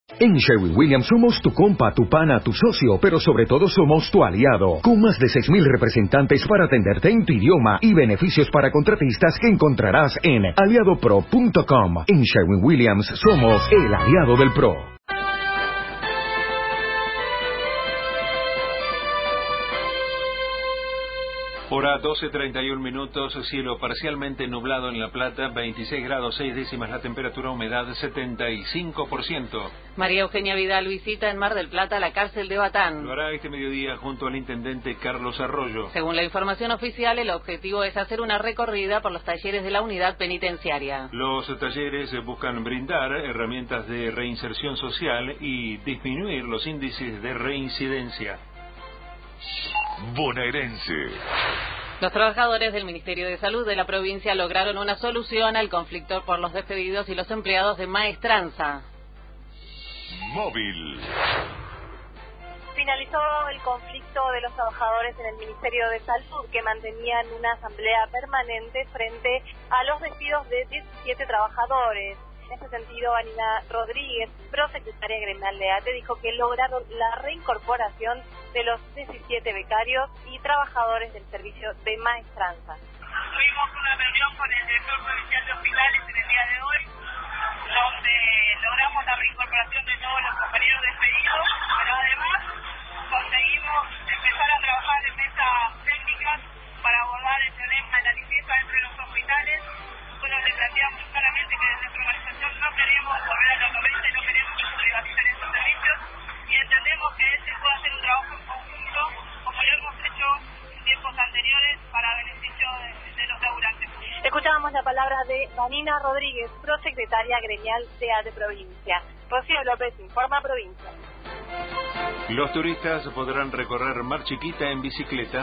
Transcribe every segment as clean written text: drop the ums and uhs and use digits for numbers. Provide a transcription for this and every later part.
En Sherwin-Williams somos tu compa, tu pana, tu socio, pero sobre todo somos tu aliado, con más de 6,000 representantes para atenderte en tu idioma y beneficios para contratistas que encontrarás en aliadopro.com. En Sherwin-Williams somos el aliado del pro. Hora 12:31 minutos, cielo parcialmente nublado en La Plata, 26 grados 6 décimas la temperatura, humedad 75%. María Eugenia Vidal visita en Mar del Plata la cárcel de Batán. Lo hará este mediodía junto al intendente Carlos Arroyo. Según la información oficial, el objetivo es hacer una recorrida por los talleres de la unidad penitenciaria. Los talleres buscan brindar herramientas de reinserción social y disminuir los índices de reincidencia. Bonaerense. Los trabajadores del Ministerio de Salud de la provincia lograron una solución al conflicto por los despedidos y los empleados de Maestranza. Móvil. Finalizó el conflicto de los trabajadores en el Ministerio de Salud, que mantenían una asamblea permanente frente a los despidos de 17 trabajadores. En ese sentido, Vanina Rodríguez, prosecretaria gremial de ATE, dijo que lograron la reincorporación de los 17 becarios y trabajadores del servicio de Maestranza. Tuvimos una reunión con el director provincial de hospitales en el día de hoy, donde logramos la reincorporación de todos los compañeros despedidos, pero además conseguimos empezar a trabajar en mesas técnicas para abordar el problema de la limpieza dentro de los hospitales. Nosotros le planteamos claramente que desde nuestra organización no queremos volver a la pobreza y no queremos que se privaticen estos servicios, y entendemos que se puede hacer un trabajo en conjunto, como lo hemos hecho en tiempos anteriores, para beneficio de los laburantes. Escuchábamos la palabra de Vanina Rodríguez, prosecretaria gremial de ATE Provincia. Rocío López, informa Provincia. Los turistas podrán recorrer Mar Chiquita en bicicleta.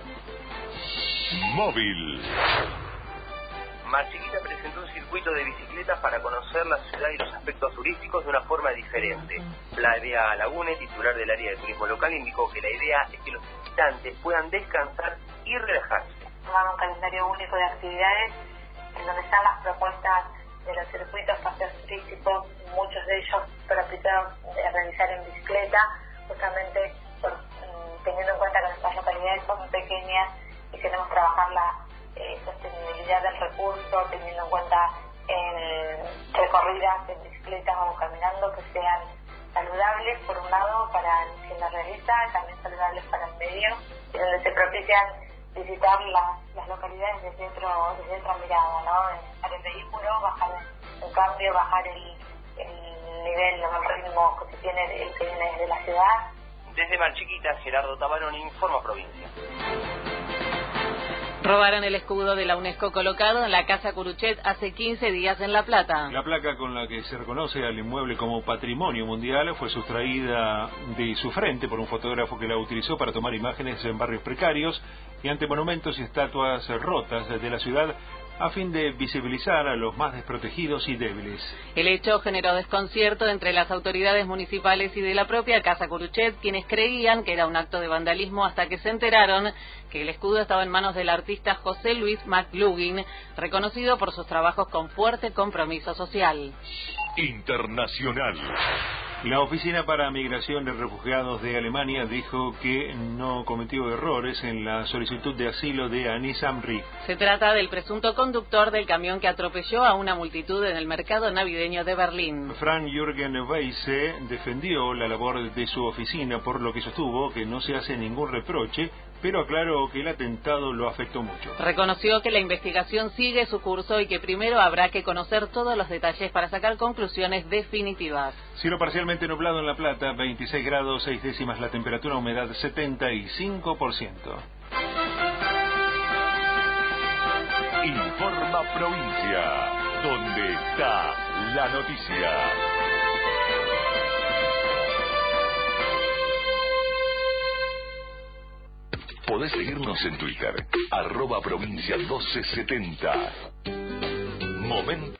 Móvil. Mar Chiquita presentó un circuito de bicicletas para conocer la ciudad y los aspectos turísticos de una forma diferente. Flavia Lagune, titular del área de turismo local, indicó que la idea es que los visitantes puedan descansar y relajarse. Tomar un calendario único de actividades en donde están las propuestas de los circuitos, paseos turísticos, muchos de ellos propiciados de realizar en bicicleta, justamente teniendo en cuenta que nuestras localidades son pequeñas y queremos trabajar la sostenibilidad del recurso, teniendo en cuenta recorridas en bicicleta o caminando que sean saludables, por un lado, para quien las realiza, también saludables para el medio, y donde se propician visitar las localidades desde otra mirada, ¿no? Bajar el vehículo, bajar el cambio, bajar el nivel, el ritmo que se tiene, el que viene desde la ciudad. Desde Mar Chiquita, Gerardo Tabaroni, informa Provincia. Robaron el escudo de la UNESCO colocado en la Casa Curuchet hace 15 días en La Plata. La placa con la que se reconoce al inmueble como patrimonio mundial fue sustraída de su frente por un fotógrafo que la utilizó para tomar imágenes en barrios precarios y ante monumentos y estatuas rotas de la ciudad, a fin de visibilizar a los más desprotegidos y débiles. El hecho generó desconcierto entre las autoridades municipales y de la propia Casa Curuchet, quienes creían que era un acto de vandalismo hasta que se enteraron que el escudo estaba en manos del artista José Luis McLugin, reconocido por sus trabajos con fuerte compromiso social. Internacional. La Oficina para Migración de Refugiados de Alemania dijo que no cometió errores en la solicitud de asilo de Anis Amri. Se trata del presunto conductor del camión que atropelló a una multitud en el mercado navideño de Berlín. Frank-Jürgen Weisse defendió la labor de su oficina, por lo que sostuvo que no se hace ningún reproche, pero aclaró que el atentado lo afectó mucho. Reconoció que la investigación sigue su curso y que primero habrá que conocer todos los detalles para sacar conclusiones definitivas. Cielo parcialmente nublado en La Plata, 26 grados 6 décimas la temperatura, humedad 75%. Informa Provincia, donde está la noticia. Podés seguirnos en Twitter, @provincia1270. Momento.